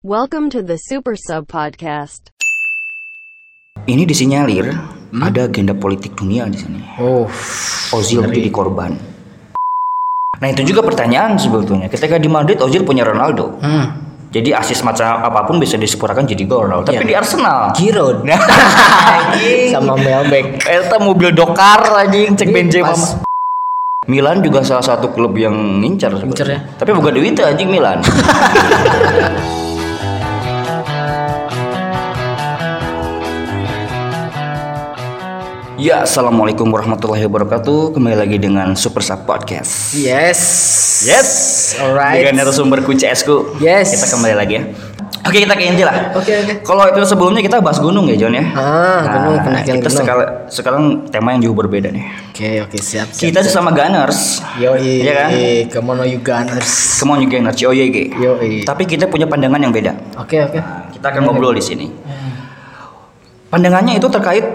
Welcome to the Super Sub Podcast. Ini disinyalir ada agenda politik dunia di sini. Ozil jadi korban. Nah itu juga pertanyaan sebetulnya. Ketika di Madrid Ozil punya Ronaldo. Jadi asis macam apapun bisa disempurnakan jadi gol. Tapi di Arsenal Giroud sama Melbeck. Eta mobil dokar anjing cek Benzema. Milan juga salah satu klub yang ngincar ya. Tapi bukan duit anjing Milan. Ya, assalamualaikum warahmatullahi wabarakatuh. Kembali lagi dengan Super Sub Podcast. Yes. Alright. Dengan narasumberku CS-ku. Yes. Kita kembali lagi ya. Oke, kita ke inti lah. Oke. Kalau itu sebelumnya kita bahas gunung ya, John ya. Gunung, pendakian kita gunung. Sekarang tema yang jauh berbeda nih. Oke, siap. Kita sesama Gunners. Yoi. Iya kan? Come on you Gunners. Come on you Gunners, OYG. Yoi. Tapi kita punya pandangan yang beda. Oke. Kita akan ngobrol di sini. Pandangannya itu terkait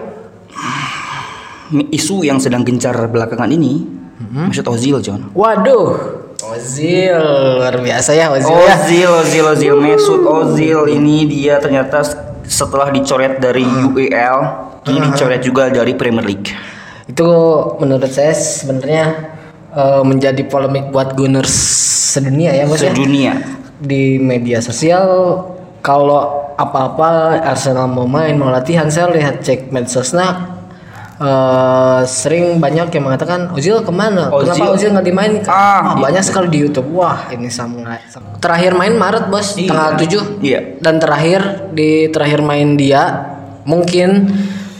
isu yang sedang gencar belakangan ini. Maksud Ozil, John. Waduh. Ozil luar biasa ya Ozil. Ozil Mesut Ozil ini dia ternyata setelah dicoret dari UEL, kini dicoret juga dari Premier League. Itu menurut saya sebenarnya menjadi polemik buat Gunners sedunia ya Bos ya. Sedunia. Di media sosial kalau apa-apa Arsenal mau main mau latihan, saya lihat cek medsosnya sering banyak yang mengatakan Ozil kemana? Kenapa Ozil nggak dimainkan? Banyak sekali di YouTube. Wah ini sama. Terakhir main Maret Bos, tanggal 7. Iya. Dan terakhir main dia mungkin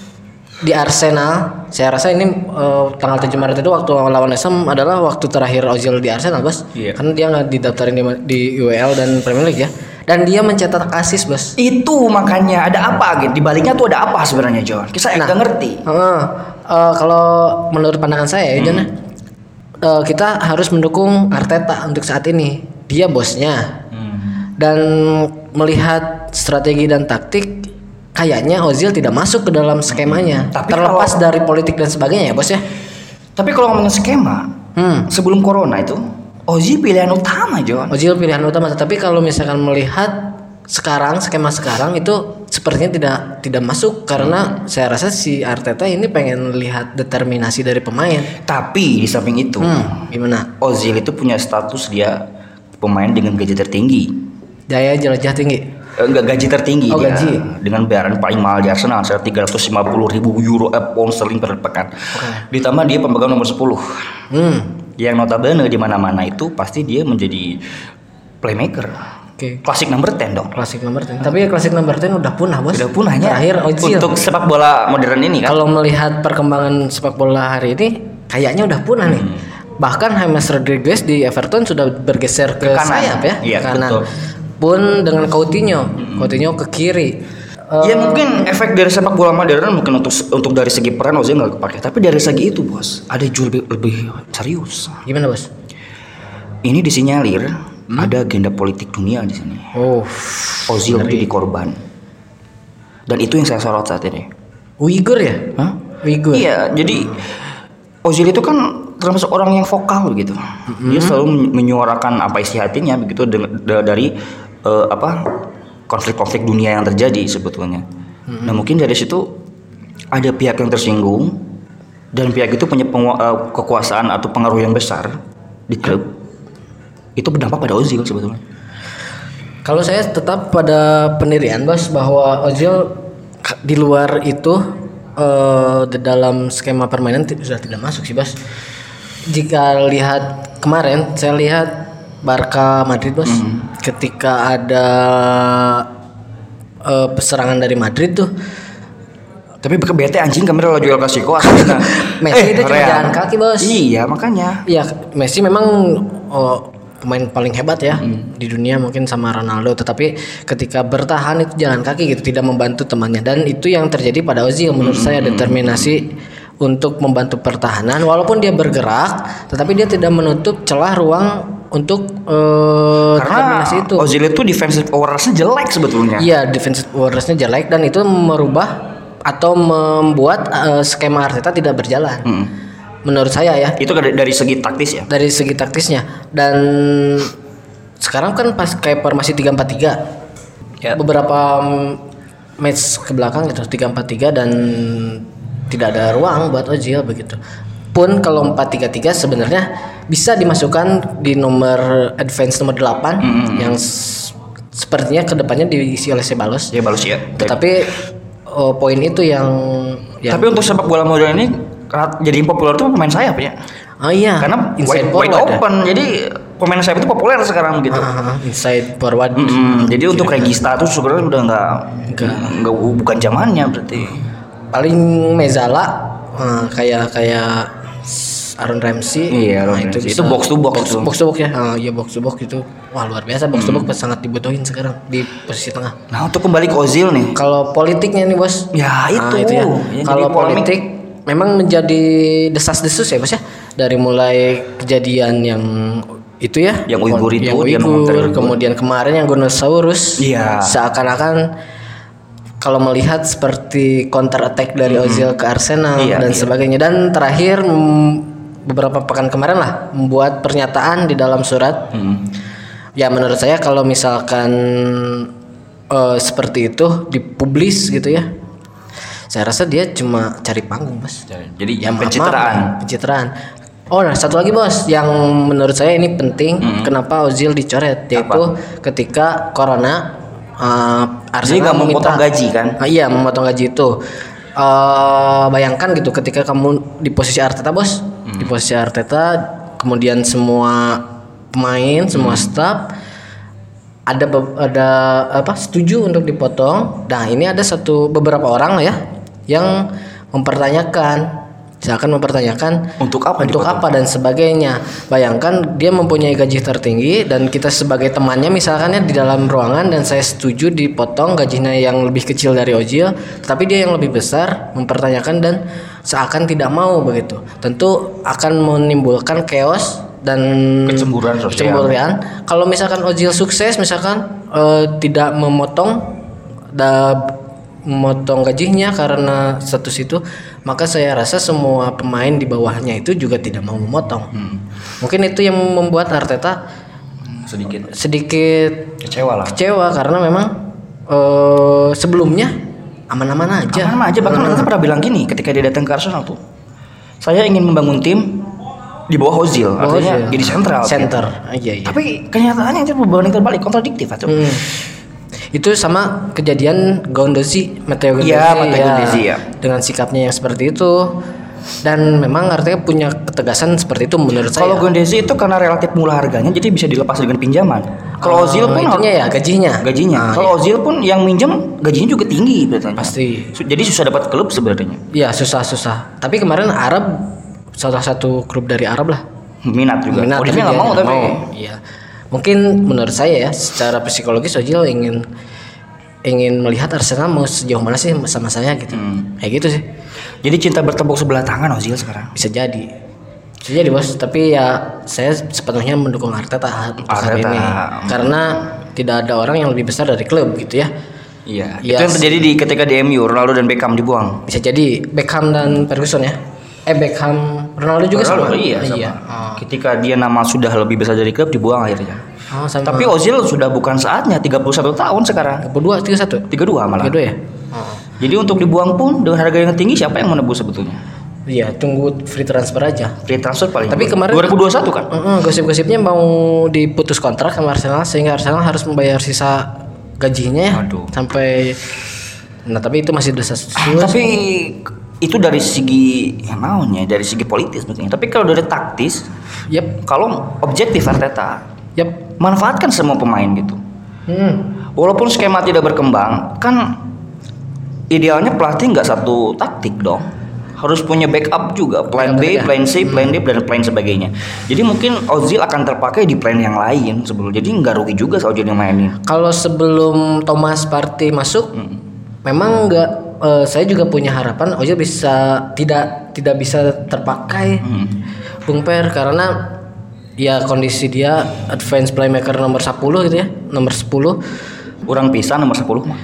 di Arsenal. Saya rasa ini tanggal 7 Maret itu waktu lawan SM adalah waktu terakhir Ozil di Arsenal Bos. Iya. Karena dia nggak didaftarin di UEL dan Premier League ya. Dan dia mencetak assist Bos. Itu makanya ada apa gitu? Di baliknya tuh ada apa sebenarnya, John? Saya nggak ngerti. Kalau menurut pandangan saya ya John, kita harus mendukung Arteta untuk saat ini. Dia bosnya. Dan melihat strategi dan taktik, kayaknya Ozil tidak masuk ke dalam skemanya. Tapi terlepas dari politik dan sebagainya ya bos ya. Tapi kalau ngomongin skema, sebelum Corona itu Ozil pilihan utama, John. Ozil pilihan utama, tapi kalau misalkan melihat skema sekarang itu sepertinya tidak masuk karena saya rasa si Arteta ini pengen lihat determinasi dari pemain. Tapi di samping itu, gimana? Ozil itu punya status dia pemain dengan gaji tertinggi. Daya jelajah tinggi. Enggak gaji tertinggi dia. Gaji. Dengan bayaran paling mahal di Arsenal, 350.000 euro pound sterling per pekan. Ditambah dia pemegang nomor 10. Yang notabene di mana-mana itu pasti dia menjadi playmaker. Klasik number 10 dong. Klasik nomor 10. Tapi klasik nomor 10 udah punah, Bos. Udah punahnya. Terakhir Ozil. Untuk sepak bola modern ini kan. Kalau melihat perkembangan sepak bola hari ini kayaknya udah punah nih. Bahkan James Rodriguez di Everton sudah bergeser ke sayap ya, iya, kanan. Betul. Pun dengan Coutinho ke kiri. Ya mungkin efek dari sepak bola modern mungkin untuk dari segi peran Ozil nggak kepake, tapi dari segi itu Bos ada jauh lebih serius. Gimana Bos? Ini disinyalir ada agenda politik dunia di sini. Ozil jadi korban. Dan itu yang saya sorot saat ini. Uyghur ya? Uyghur. Iya, jadi Ozil itu kan termasuk orang yang vokal gitu. Dia selalu menyuarakan apa isi hatinya begitu dari konflik-konflik dunia yang terjadi sebetulnya. Nah mungkin dari situ ada pihak yang tersinggung dan pihak itu punya kekuasaan atau pengaruh yang besar di klub. Itu berdampak pada Ozil sebetulnya. Kalau saya tetap pada pendirian Bos bahwa Ozil di luar itu di dalam skema permainan sudah tidak masuk sih Bos. Jika lihat kemarin saya lihat Barca Madrid Bos, ketika ada serangan dari Madrid tuh. Tapi bete anjing kamera lo jual Clasico aslinya. Messi itu cuma jalan kaki Bos. Iya makanya. Iya Messi memang pemain paling hebat ya di dunia mungkin sama Ronaldo, tetapi ketika bertahan itu jalan kaki gitu, tidak membantu temannya, dan itu yang terjadi pada Ozil menurut saya. Determinasi untuk membantu pertahanan walaupun dia bergerak, tetapi dia tidak menutup celah ruang untuk karena itu. Ozil itu defensive awareness-nya jelek sebetulnya. Iya, defensive awareness-nya jelek dan itu merubah atau membuat skema Arteta tidak berjalan. Menurut saya ya. Itu dari segi taktis ya. Dari segi taktisnya. Dan sekarang kan pas kayak formasi 3-4-3. beberapa match ke belakang gitu 3-4-3 dan tidak ada ruang buat Ozil begitu. Pun kalau 4-3-3 sebenarnya bisa dimasukkan di nomor advance nomor 8 yang sepertinya kedepannya diisi oleh Ceballos. Ya bagus ya. Tetapi poin itu yang Tapi untuk sepak bola modern ini jadi populer tuh pemain sayap ya. Oh iya. Karena inside wide open. Jadi pemain sayap itu populer sekarang gitu. Inside forward. Jadi untuk Regista tuh sebenarnya udah nggak bukan zamannya berarti. Paling Mezzala kayak Aaron Ramsey. Iya, Aaron Ramsey. Itu box to box ya. Iya box to box itu. Wah, luar biasa box to box sangat dibutuhin sekarang di posisi tengah. Nah, untuk kembali ke Ozil nih. Kalau politiknya nih, Bos. Ya, itu ya. Kalau politik memang menjadi desas-desus ya, Bos ya. Dari mulai kejadian yang itu ya, yang Uyghur itu, kemudian kemarin yang Gunnosaurus. Iya. Seakan-akan kalau melihat seperti counter attack dari Ozil ke Arsenal dan sebagainya, dan terakhir beberapa pekan kemarin lah membuat pernyataan di dalam surat. Ya menurut saya kalau misalkan seperti itu dipublis gitu ya, saya rasa dia cuma cari panggung, Bos. Jadi yang pencitraan. Oh, nah satu lagi, Bos, yang menurut saya ini penting, kenapa Ozil dicoret, yaitu ketika Corona Arsenal nggak memotong gaji kan? Iya, memotong gaji itu. Bayangkan gitu ketika kamu di posisi Arteta, Bos, di posisi Arteta, kemudian semua pemain, semua staff ada setuju untuk dipotong. Nah, ini ada beberapa orang lah ya yang mempertanyakan untuk apa dan sebagainya. Bayangkan dia mempunyai gaji tertinggi dan kita sebagai temannya misalkan ya di dalam ruangan, dan saya setuju dipotong gajinya yang lebih kecil dari Ozil, tapi dia yang lebih besar mempertanyakan dan seakan tidak mau begitu. Tentu akan menimbulkan chaos dan kecemburuan. Kalau misalkan Ozil sukses, misalkan tidak memotong gajinya karena status itu, maka saya rasa semua pemain di bawahnya itu juga tidak mau memotong. Mungkin itu yang membuat Arteta sedikit kecewa karena memang sebelumnya aman-aman aja. Bahkan Arteta pernah bilang gini ketika dia datang ke Arsenal tuh, saya ingin membangun tim di bawah Ozil, artinya jadi sentral. Iya. Tapi kenyataannya itu berbanding terbalik, kontradiktif tuh. Itu sama kejadian Matteo Gondosi ya. Dengan sikapnya yang seperti itu, dan memang artinya punya ketegasan seperti itu menurut saya. Kalau Gondosi itu karena relatif murah harganya, jadi bisa dilepas dengan pinjaman. Kalau Ozil pun gajinya. Kalau Ozil pun yang minjem gajinya juga tinggi betulnya. Pasti. Jadi susah dapat klub sebenarnya. Iya, susah. Tapi kemarin salah satu klub dari Arab lah minat juga. Dia nggak mau tapi. Iya. Mungkin menurut saya ya, secara psikologis Ozil ingin melihat Arsenal mau sejauh mana sih sama saya gitu. Kayak gitu sih. Jadi cinta bertepuk sebelah tangan Ozil sekarang. Bisa jadi, Bos. Tapi ya saya sepenuhnya mendukung Arteta hari ini, karena tidak ada orang yang lebih besar dari klub gitu ya. Iya. Itu yang terjadi ketika di MU Ronaldo dan Beckham dibuang. Bisa jadi Beckham dan Ferguson ya. Beckham, Ronaldo juga sama. Iya. Ketika dia nama sudah lebih besar dari klub dibuang akhirnya. Tapi Ozil sudah bukan saatnya, 31 tahun sekarang. 32 malah. 32 ya. Jadi untuk dibuang pun dengan harga yang tinggi, siapa yang menebus sebetulnya? Iya, tunggu free transfer aja. Free transfer paling. Tapi kemarin 2021 kan? Gosip-gosipnya mau diputus kontrak sama Arsenal, sehingga Arsenal harus membayar sisa gajinya ya. Sampai tapi itu masih desas-desus. Tapi itu dari segi dari segi politis sebetulnya. Tapi kalau dari taktis, kalau objektif Arteta, manfaatkan semua pemain gitu. Walaupun skema tidak berkembang, kan idealnya pelatih nggak satu taktik dong. Harus punya backup juga, plan B, plan C, plan D, dan plan sebagainya. Jadi mungkin Ozil akan terpakai di plan yang lain sebelum. Jadi nggak rugi juga Ozil yang mainin. Kalau sebelum Thomas Partey masuk, memang nggak. Saya juga punya harapan Ozil tidak bisa terpakai, Bung Per, karena ya kondisi dia advance playmaker nomor 10 gitu ya, nomor 10. Orang pisah nomor 10 mah.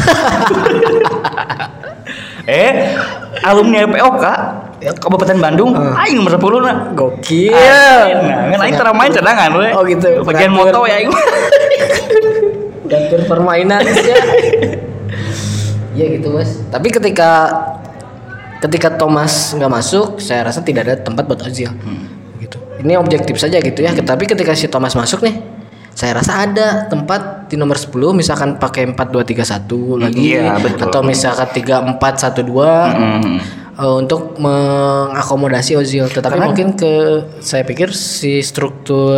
Alumni LPOK Kabupaten Bandung, aing nomor 10 nah. Gokil. Nah, aing tara main cadangan we. Oh gitu. Bagian moto ya aing. Mengatur permainan ya. Iya gitu Mas. Tapi ketika Thomas nggak masuk, saya rasa tidak ada tempat buat Ozil. Gitu. Ini objektif saja gitu ya. Tapi ketika si Thomas masuk nih, saya rasa ada tempat di nomor 10 misalkan pakai 4-2-3-1 lagi atau misalkan 3-4-1-2 untuk mengakomodasi Ozil. Tetapi mungkin saya pikir si struktur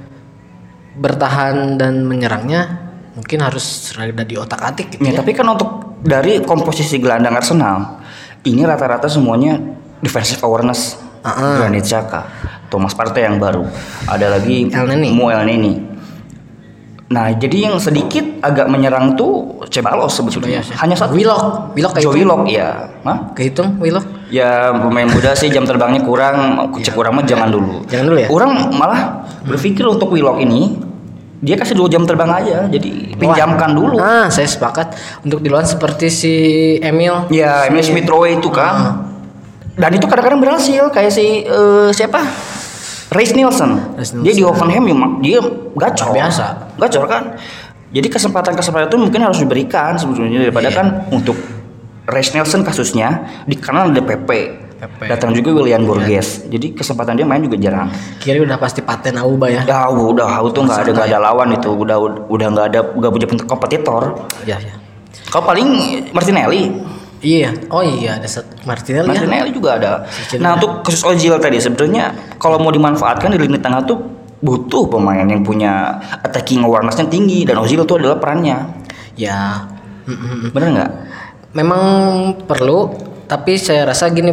bertahan dan menyerangnya mungkin harus rada diotak-atik gitu ya. Tapi kan untuk dari komposisi gelandang Arsenal ini rata-rata semuanya defensive awareness. Granit Xhaka, Thomas Partey yang baru, ada lagi Mo Elneny. Nah, jadi yang sedikit agak menyerang tuh Ceballos sebetulnya. Hanya satu. Willock Joe Willock ya. Hah? Kehitung Willock? Ya pemain muda sih, jam terbangnya kurang. Cek kurang mah jangan dulu. Jangan dulu ya. Orang malah berpikir untuk Willock ini dia kasih 2 jam terbang aja. Jadi pinjamkan dulu. Saya sepakat untuk di luar seperti si Emil. Ya, Emil Smith Rowe itu kan. Dan itu kadang-kadang berhasil kayak si siapa? Reiss Nelson. Dia di Hoffenheim dia gacor. Gacor kan. Jadi kesempatan-kesempatan itu mungkin harus diberikan sebetulnya daripada kan untuk Reiss Nelson kasusnya di kanan ada Pepe. Datang juga Willian Borges. Jadi kesempatan dia main juga jarang. Kiri udah pasti paten Auba ya. Ya udah itu nggak ada lawan itu. Udah nggak punya kompetitor. Iya. Kalau paling Martinelli. Iya. Oh iya ada Martinelli juga ada. Nah untuk kasus Ozil tadi sebenarnya kalau mau dimanfaatkan di lini tengah tuh butuh pemain yang punya attacking awareness-nya tinggi dan Ozil itu adalah perannya. Ya. Bener nggak? Memang perlu, tapi saya rasa gini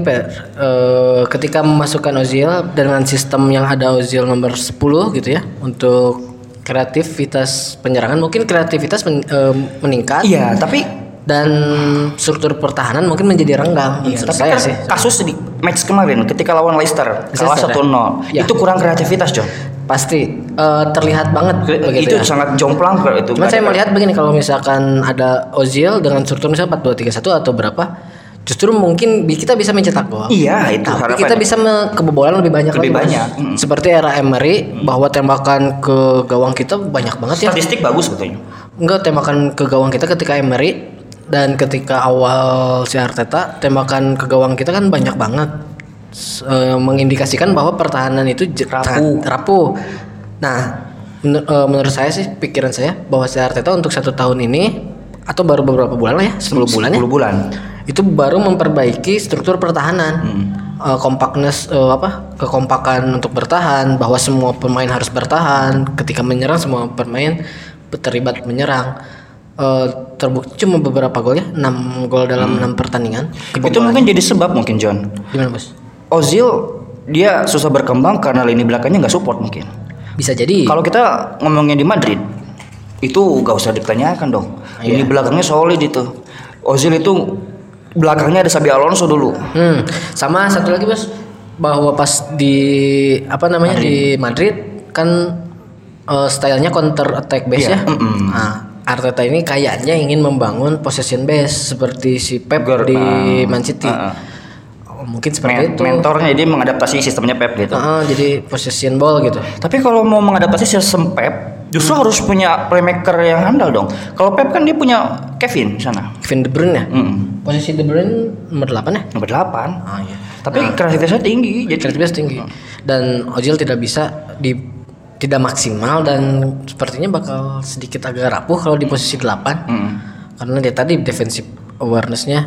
ketika memasukkan Ozil dengan sistem yang ada Ozil nomor 10 gitu ya untuk kreativitas penyerangan mungkin kreativitas meningkat. Iya tapi dan struktur pertahanan mungkin menjadi renggang. Tapi saya kan sih. Kasus di match kemarin ketika lawan Leicester kalah 1-0 itu kurang kreativitas John. Pasti terlihat banget itu ya. Sangat jomplang itu. Cuma saya melihat begini, kalau misalkan ada Ozil dengan struktur misalnya 4-2-3-1 atau berapa, justru mungkin kita bisa mencetak gol. Iya itu harapannya. Kita bisa kebobolan lebih banyak. Seperti era Emery bahwa tembakan ke gawang kita banyak banget ya. Statistik bagus betulnya. Enggak, tembakan ke gawang kita ketika Emery dan ketika awal si Arteta tembakan ke gawang kita kan banyak banget, mengindikasikan bahwa pertahanan itu rapuh. Nah menurut saya sih, pikiran saya bahwa si Arteta untuk 1 tahun ini atau baru beberapa bulan lah ya, 10 bulan itu baru memperbaiki struktur pertahanan. Compactness kekompakan untuk bertahan, bahwa semua pemain harus bertahan, ketika menyerang semua pemain terlibat menyerang. Terbukti cuma beberapa gol ya, 6 gol dalam 6 pertandingan. Itu mungkin jadi sebab mungkin John. Gimana Bos? Ozil dia susah berkembang karena lini belakangnya nggak support mungkin. Bisa jadi. Kalau kita ngomongnya di Madrid itu nggak usah ditanyakan dong. Lini belakangnya solid itu. Ozil itu belakangnya ada Xabi Alonso dulu. Sama satu lagi Bos, bahwa pas di di Madrid kan stylenya counter attack base ya. Nah, Arteta ini kayaknya ingin membangun possession base seperti si Pep di Man City. Mungkin seperti itu. Mentornya jadi mengadaptasi sistemnya Pep gitu. Jadi possession ball gitu. Tapi kalau mau mengadaptasi sistem Pep, justru harus punya playmaker yang handal dong. Kalau Pep kan dia punya Kevin di sana. Kevin De Bruyne ya. Posisi De Bruyne nomor 8 ya? Nomor 8. Iya. Tapi kreativitasnya tinggi. Dan Ozil tidak tidak maksimal dan sepertinya bakal sedikit agak rapuh kalau di posisi 8. Karena dia tadi defensive awareness-nya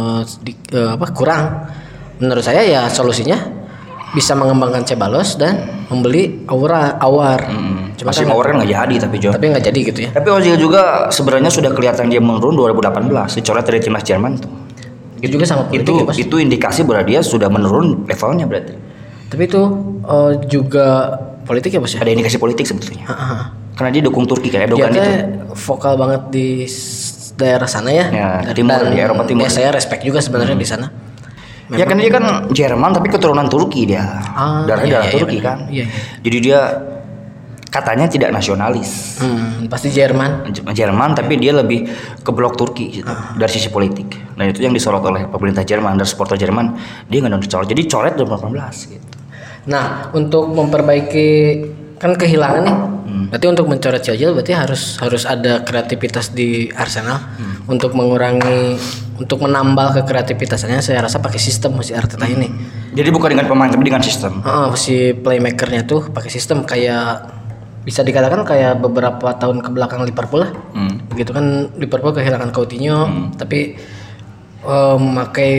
kurang. Menurut saya ya solusinya bisa mengembangkan Ceballos dan membeli Aouar. Cuma Aouar kan nggak jadi tapi nggak jadi gitu ya. Tapi Ozil juga sebenarnya sudah kelihatan dia menurun 2018 dicoret dari timnas Jerman tuh. Itu juga sama politik ya, itu indikasi bahwa dia sudah menurun levelnya berarti. Tapi itu juga politik ya Bos ya? Ada indikasi politik sebetulnya. Karena dia dukung Turki kan, Erdogan itu. Vokal banget di daerah sana ya. Di Eropa Timur. Ya saya respect juga sebenarnya di sana. Ya kan dia kan Jerman tapi keturunan Turki dia. Darah Turki kan. Jadi dia katanya tidak nasionalis. Pasti Jerman tapi dia lebih ke blok Turki gitu, dari sisi politik. Nah itu yang disorot oleh pemerintah Jerman dan supporter Jerman, dia nggak dicoret. Jadi coret 2018 gitu. Nah untuk memperbaiki kan kehilangan nih Berarti untuk mencoret si Ozil berarti harus ada kreativitas di Arsenal untuk mengurangi, untuk menambal kekreativitasannya. Saya rasa pakai sistem si Arteta ini. Jadi bukan dengan pemain tapi dengan sistem. Si playmakernya tuh pakai sistem, kayak bisa dikatakan kayak beberapa tahun ke belakang Liverpool lah. Begitu kan Liverpool kehilangan Coutinho, tapi memakai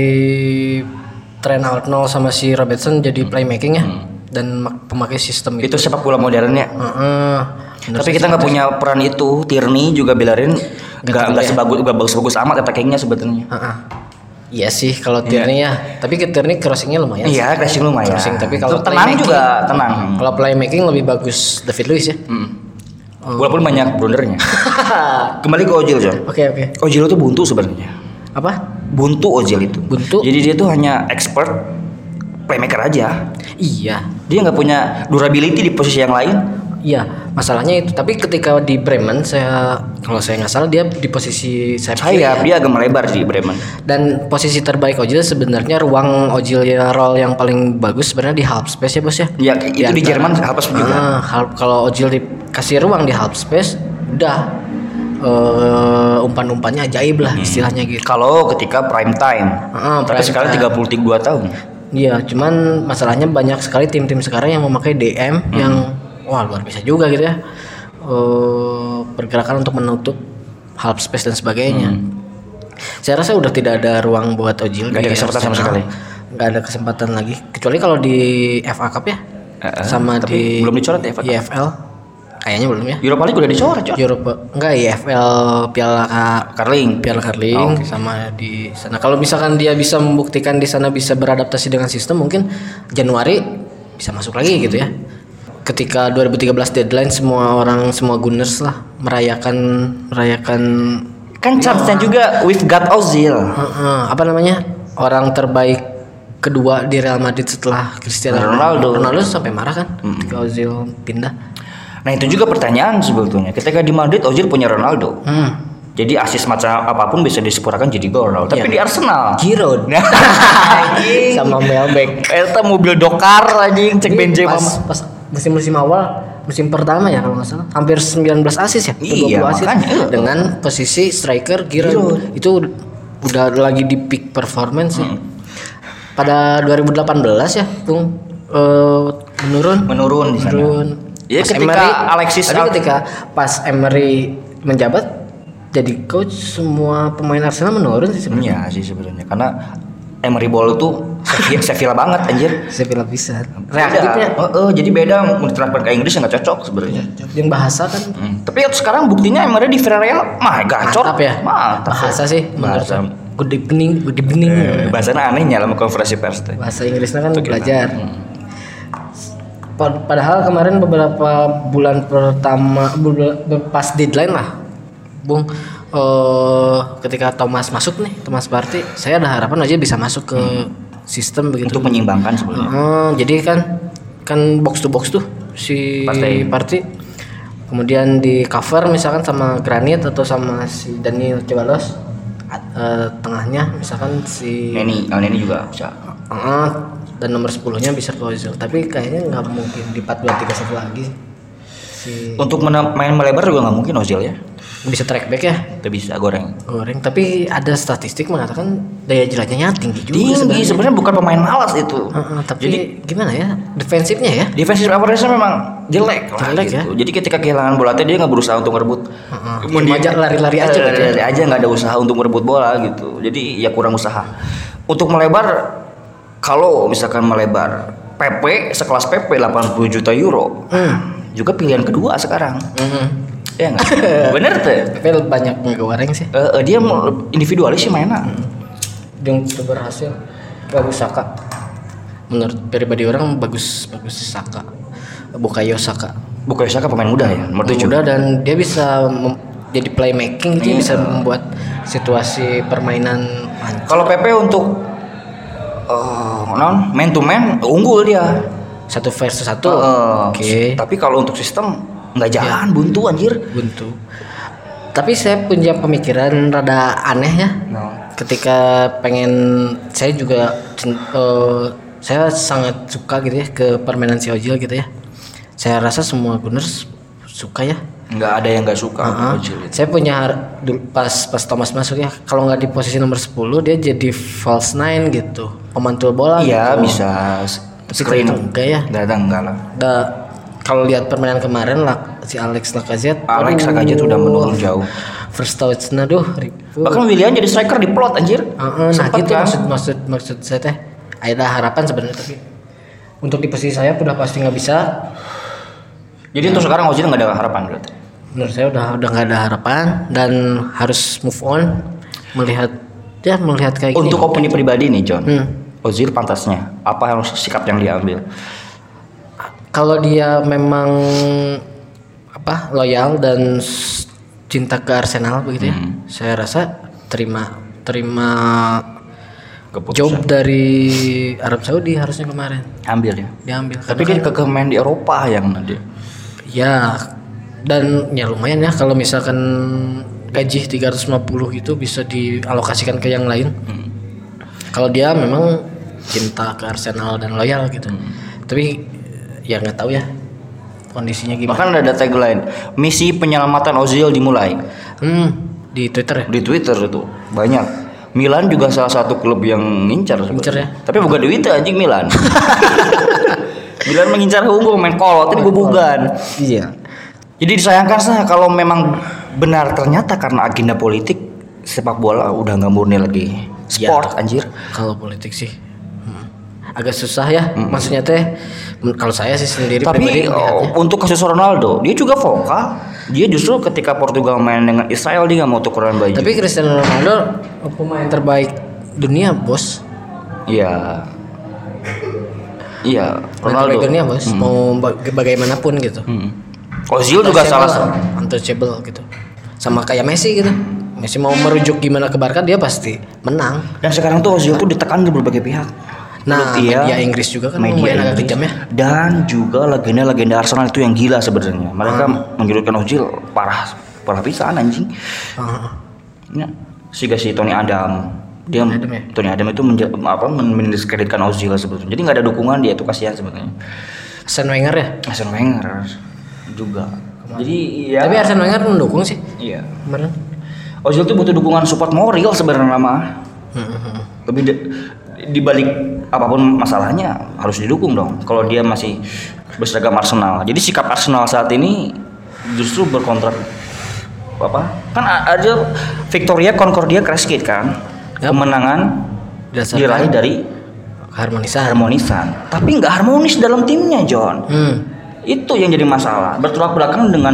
Trent Arnold sama si Robertson jadi playmaking ya, dan pemakai sistem itu sepak bola modernnya. Tapi kita nggak punya peran itu. Tierney juga Bellerin nggak bagus amat attackingnya sebetulnya. Iya sih kalau Tierney ya, tapi Tierney crossingnya lumayan. Iya, crossing lumayan. Tapi kalau tenang juga tenang. Kalau playmaking lebih bagus David Luiz ya. Walaupun banyak blundernya. Kembali ke Ozil, John. Oke. Ozil itu buntu sebenarnya. Apa? Buntu Ozil itu. Buntu. Jadi dia tuh hanya expert playmaker aja. Iya. Dia nggak punya durability di posisi yang lain. Iya, masalahnya itu. Tapi ketika di Bremen, kalau saya nggak salah dia di posisi sayap. Dia agak melebar di Bremen. Dan posisi terbaik Ozil sebenarnya, ruang Ozil ya, role yang paling bagus sebenarnya di half space ya bos ya. Ya itu di Jerman half space juga. Kalau Ozil dikasih ruang di half space, udah umpan-umpannya ajaib lah istilahnya gitu. Kalau ketika prime time. Tapi sekarang 32 tahun. Iya, cuman masalahnya banyak sekali tim-tim sekarang yang memakai DM yang wah luar biasa juga gitu ya. Pergerakan untuk menutup half space dan sebagainya. Saya rasa udah tidak ada ruang buat Ozil. Gak ada kesempatan sama sekali. Gak ada kesempatan lagi. Kecuali kalau di FA Cup ya. Sama tapi belum dicoret ya FA Cup. EFL. Kayaknya belum ya. Europa League udah dicoret. Enggak, EFL Piala Carling sama di sana. Kalau misalkan dia bisa membuktikan di sana bisa beradaptasi dengan sistem, mungkin Januari bisa masuk lagi gitu ya. Ketika 2013 deadline semua Gunners lah merayakan kan chance-nya juga we've got Ozil. Apa namanya? Orang terbaik kedua di Real Madrid setelah Cristiano Ronaldo sampai marah kan ketika Ozil pindah. Nah itu juga pertanyaan sebetulnya. Ketika di Madrid Ozil punya Ronaldo. Jadi asis macam apapun bisa disepurakan jadi gol. Tapi di Arsenal Giroud sama Welbeck. Eta mobil dokar anjing cek Benzema. Pas musim awal, musim pertama ya kalau nggak salah, hampir 19 asis ya. Iya, 20 asis dengan posisi striker Giroud. Itu udah lagi di peak performance ya. Pada 2018 ya, Bung, menurun di sana. Ya ketika pas Emery menjabat jadi coach, semua pemain Arsenal menurun sih sebenarnya. Iya sih sebenarnya, karena Emery Ball itu Sevilla banget anjir. Sevilla bisa. Reaktifnya. Jadi beda mau diterapkan ke Inggris nggak cocok sebenarnya. Yang bahasa kan. Tapi sekarang buktinya Emery di Villarreal gacor. Mantap ya. Bahasa sih. Bahasa. Good evening. Bahasanya aneh dalam konferensi pers. Bahasa Inggrisnya kan belajar. Padahal kemarin beberapa bulan pertama pas deadline lah, Bung, ketika Thomas Partey, saya ada harapan aja bisa masuk ke sistem begitu untuk menyeimbangkan sebenarnya. Jadi kan box to box tuh si Partey. Kemudian di cover misalkan sama Granit atau sama si Daniel Ceballos. Tengahnya misalkan si Neni juga bisa. Dan nomor 10-nya bisa ke Ozil. Tapi kayaknya nggak mungkin di 4-2-3-1 lagi. Untuk main melebar juga nggak mungkin Ozil ya. Bisa track back ya? Itu bisa goreng. Tapi ada statistik mengatakan daya jelajahnya tinggi juga. Tinggi sebenarnya, bukan pemain malas itu. Tapi jadi gimana ya? Defensifnya ya? Defensive average-nya memang jelek gitu. Ya? Jadi ketika kehilangan bola dia nggak berusaha untuk merebut. Dia lari-lari aja gitu. Lari aja, nggak ada usaha untuk merebut bola gitu. Jadi ya kurang usaha. Untuk melebar, kalau misalkan melebar PP sekelas PP 80 juta euro. Juga pilihan kedua sekarang. Ya enggak? Bener tuh. Tapi banyak ngegoreng sih. Dia individualis sih mainnya. Yang berhasil bagus Saka. Menurut pribadi orang bagus Saka. Bukayo Saka pemain muda ya, nomor 7. Muda dan dia bisa jadi playmaking, dia bisa membuat situasi permainan. Kalau PP untuk man to man unggul dia. 1 versus 1. Oke. Tapi kalau untuk sistem nggak jalan, buntu anjir. Tapi saya punya pemikiran rada aneh ya. Ketika saya juga saya sangat suka gitu ya ke permainan si Ozil gitu ya. Saya rasa semua Gunners suka ya. Nggak ada yang nggak suka Ozil itu. Saya punya pas Thomas masuk ya, kalau nggak di posisi nomor 10 dia jadi false nine gitu, pemantul bola. Iya gitu. bisa Screen enggak ya? Enggak lah. Kalau lihat permainan kemarin lah si Alex Lacazette udah menurun jauh. First touch-nya Bahkan Willian jadi striker di plot anjir. Nah gitu kan? maksud saya teh. Ada harapan sebenarnya, tapi untuk di posisi saya udah pasti nggak bisa. Jadi untuk sekarang Ozil nggak ada harapan berarti. Menurut saya udah nggak ada harapan dan harus move on melihat kayak gini. Untuk opini pribadi nih John, Ozil pantasnya apa harus sikap yang diambil? Kalau dia memang loyal dan cinta ke Arsenal begitu ya, saya rasa terima Keputusan. job dari Arab Saudi harusnya kemarin diambil. Tapi dia kekeh main di Eropa yang nanti. Ya, dan ya lumayan ya kalau misalkan gaji 350 itu bisa dialokasikan ke yang lain. Kalau dia memang cinta ke Arsenal dan loyal gitu. Tapi ya nggak tahu ya kondisinya gimana. Bahkan ada tagline, misi penyelamatan Ozil dimulai. Di Twitter ya? Di Twitter itu banyak. Milan juga salah satu klub yang ngincar ya. Tapi bukan duit anjing Milan. Milan mengincar unggul main kolot ini bukan. Iya. Jadi disayangkan sah kalau memang benar ternyata karena agenda politik sepak bola udah nggak murni lagi sport anjir. Kalau politik sih agak susah ya. Maksudnya teh kalau saya sih sendiri tapi untuk kasus Ronaldo dia juga vokal. Dia justru ketika Portugal main dengan Israel dia nggak mau tukeran baju. Tapi Cristiano Ronaldo pemain terbaik dunia bos. Iya Ronaldo dunia bos, mau bagaimanapun gitu. Ozil juga salah untouchable gitu, sama kayak Messi gitu. Messi mau merujuk gimana ke Barca dia pasti menang. Dan sekarang tuh Ozil tuh ditekan di berbagai pihak. Nah media Inggris juga kan lumayan agak kejam ya. Dan juga legenda Arsenal itu yang gila sebenarnya. Mereka menjulukan Ozil parah pisan anjing. Ya, si Tony Adam. Tony Adam itu mendiskreditkan Ozil sebetulnya. Jadi nggak ada dukungan dia, itu kasihan sebetulnya. Arsene Wenger ya? Arsene Wenger juga. Jadi ya. Tapi Arsene Wenger mendukung sih. Iya. Benar. Ozil tuh butuh dukungan support moral sebenarnya mah. Lebih di balik apapun masalahnya harus didukung dong. Kalau dia masih berseragam Arsenal. Jadi sikap Arsenal saat ini justru berkontrak kan ada Victoria Concordia Crash Gate kan. Kemenangan diraih dari harmonisan. Tapi nggak harmonis dalam timnya John. Itu yang jadi masalah. Bertolak belakang dengan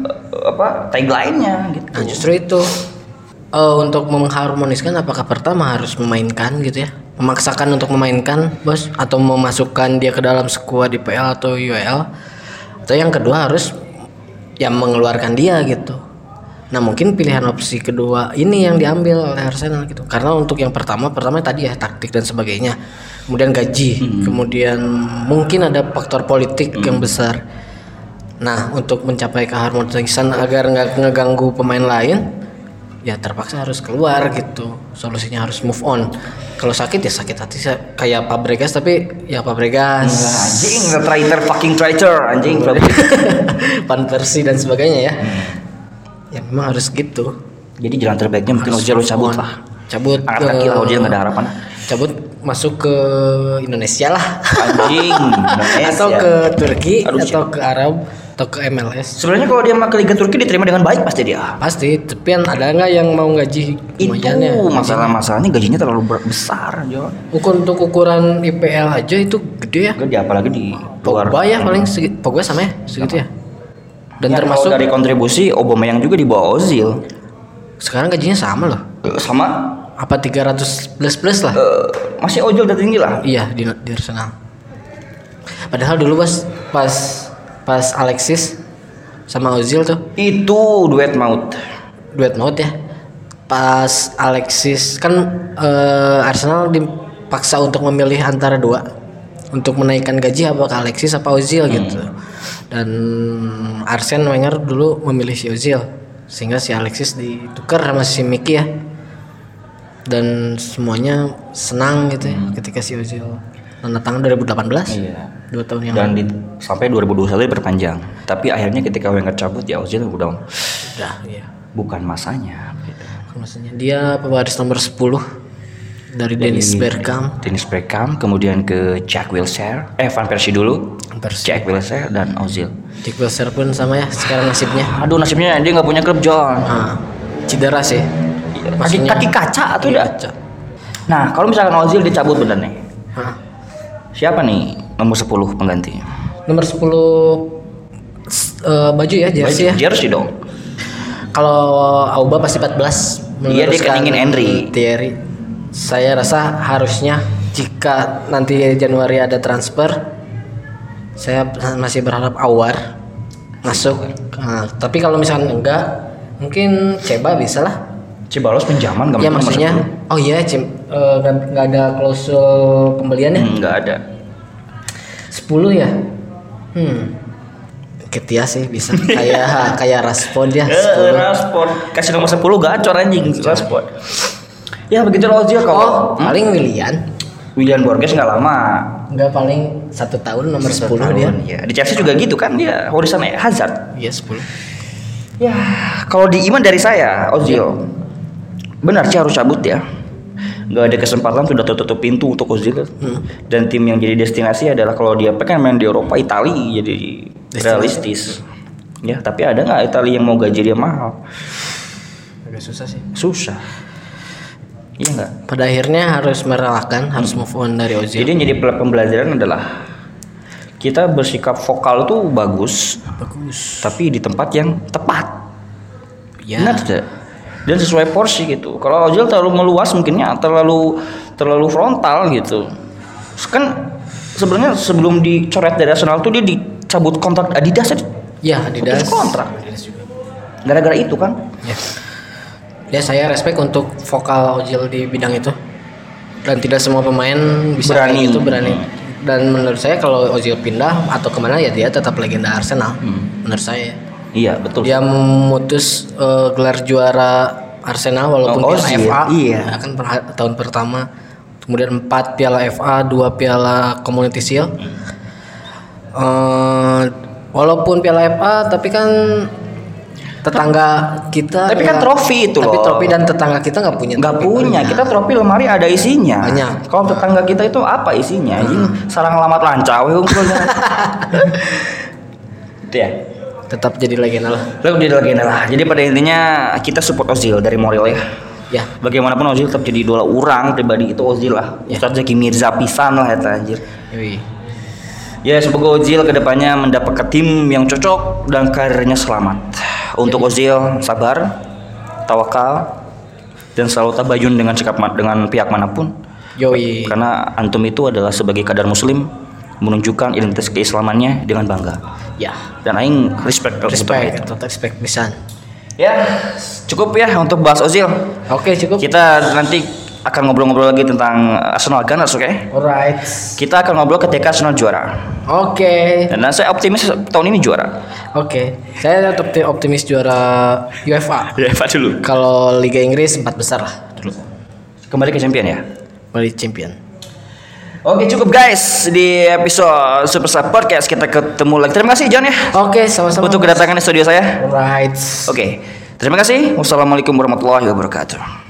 tagline-nya gitu. Nah justru itu untuk mengharmoniskan apakah pertama harus memainkan gitu ya, memaksakan untuk memainkan bos, atau memasukkan dia ke dalam skuad di PL atau UEL, atau yang kedua harus yang mengeluarkan dia gitu. Nah mungkin pilihan opsi kedua ini yang diambil oleh Arsenal gitu, karena untuk yang pertama tadi ya taktik dan sebagainya, kemudian gaji, kemudian mungkin ada faktor politik yang besar. Nah untuk mencapai keharmonisan agar nggak ngeganggu pemain lain, ya terpaksa harus keluar gitu. Solusinya harus move on. Kalau sakit ya sakit hati kayak Fabregas, tapi ya Fabregas anjing traitor anjing Van Persie dan sebagainya ya. Ya memang harus gitu. Jadi jalan terbaiknya mungkin Ozil cabut angkat kaki lah, Ozil nggak ada harapan. Cabut masuk ke Indonesia lah anjing. Atau ke Turki atau ke Arab atau ke MLS. Sebenarnya kalau dia ke Liga Turki diterima dengan baik pasti dia. Pasti, tapi ada nggak yang mau gaji lumayannya? Itu masalahnya gajinya terlalu besar, John. Untuk ukuran IPL aja itu gede ya. Gede apalagi di luar. Pogba ya paling Pogba sama ya segitu ya. Dan ya, termasuk dari kontribusi Aubameyang juga di bawah Ozil. Sekarang gajinya sama loh. Sama? Apa 300 plus lah? Masih Ozil udah tinggi lah. Iya di Arsenal. Padahal dulu pas Alexis sama Ozil tuh itu duet maut ya. Pas Alexis kan Arsenal dipaksa untuk memilih antara dua untuk menaikkan gaji, apakah Alexis apa Ozil gitu. Dan Arsene Wenger dulu memilih si Ozil sehingga si Alexis ditukar sama si Mickey ya. Dan semuanya senang gitu ya ketika si Ozil tanda tangan 2018. Iya. 2 tahun yang dan lalu. sampai 2021 diperpanjang. Tapi akhirnya ketika Wenger cabut ya Ozil udah Iya. bukan masanya. Maksudnya dia pewaris nomor 10 dari Dennis Bergkamp. Dennis Bergkamp, kemudian ke Jack Wilshere, Van Persie dulu, Jack Wilshere dan Ozil. Jack Wilshere pun sama ya sekarang nasibnya. Aduh nasibnya dia nggak punya klub John. Cedera sih. Kaki kaca atau udah? Kaca. Nah kalau misalkan Ozil dicabut bener nih, siapa nih nomor 10 pengganti? Nomor 10 baju ya jersey ya. Jersey dong. Kalau Auba pasti 14. Iya dia kan ingin Henry. Thierry. Saya rasa harusnya jika nanti Januari ada transfer, saya masih berharap Awar masuk. Nah, tapi kalau misalnya enggak, mungkin Ceba bisa lah. Cebalos pinjaman nggak? Ya maksudnya, oh iya, nggak ada klausul pembelian ya? Nggak ada. 10 ya. Ketia sih bisa kayak Rashford ya. 10. Rashford kasih nomor 10 gacor anjing Rashford. Ya begitu loh Ozil kalau paling Willian Borges nggak lama. Enggak, paling 1 tahun nomor 10 tahun, dia. Ya. Di Chelsea juga gitu kan dia warisan Hazard. Iya 10. Ya kalau di iman dari saya Ozil benar sih harus cabut ya. Nggak ada kesempatan, sudah tertutup pintu untuk Ozil. Dan tim yang jadi destinasi adalah kalau dia pengen main di Eropa, Italia jadi realistis. Ya tapi ada nggak Italia yang mau gaji dia mahal? Agak susah sih. Susah. Iya nggak? Pada akhirnya harus merelakan, harus move on dari Ozil. Jadi yang jadi pembelajaran adalah kita bersikap vokal tuh bagus, tapi di tempat yang tepat. Ya. Benar tidak? Dan sesuai porsi gitu. Kalau Ozil terlalu meluas mungkinnya terlalu frontal gitu. Kan sebenarnya sebelum dicoret dari Arsenal tuh dia dicabut kontrak Adidas. Ya, Adidas. Putus kontrak. Gara-gara itu kan? Ya. Ya saya respect untuk vokal Ozil di bidang itu. Dan tidak semua pemain bisa berani. berani. Dan menurut saya kalau Ozil pindah atau kemana ya dia tetap legenda Arsenal. Menurut saya. Iya betul. Dia memutus gelar juara Arsenal walaupun Piala FA. Iya. Ya kan tahun pertama. Kemudian 4 Piala FA, 2 Piala Community Shield. Walaupun Piala FA tapi kan tetangga kita. Tapi kan trofi itu loh. Tapi trofi dan tetangga kita nggak punya. Nggak punya. Kita trofi lemari ada isinya. Banyak. Kalau tetangga kita itu apa isinya? Sarang lamat lancawe itu ya. Tetap jadi legenda lah. Tetap jadi legenda lah. Jadi pada intinya kita support Ozil dari moral ya. Ya. Bagaimanapun Ozil tetap jadi idola orang pribadi itu Ozil lah. Ustadz Zaki Mirza pisan lah eta anjir. Ya semoga Ozil kedepannya mendapatkan tim yang cocok dan karirnya selamat. Untuk Ozil sabar, tawakal, dan selalu tabayun dengan sikap dengan pihak manapun. Yoi. Karena antum itu adalah sebagai kadar muslim menunjukkan identitas keislamannya dengan bangga. Ya. Dan aing respect pisan. Ya, cukup ya untuk bahas Ozil. Oke, cukup. Kita nanti akan ngobrol-ngobrol lagi tentang Arsenal Gunners, oke? Alright. Kita akan ngobrol ketika Arsenal juara. Oke. Dan saya optimis tahun ini juara. Oke. Saya tetap optimis juara UEFA. UEFA dulu. Kalau Liga Inggris 4 besar lah dulu. Kembali ke champion ya. Kembali champion. Oke, cukup guys di episode Superstar Podcast. Kita ketemu lagi. Terima kasih John ya. Oke, sama-sama. Untuk kedatangan di studio saya. Alright. Oke. Terima kasih. Wassalamualaikum warahmatullahi wabarakatuh.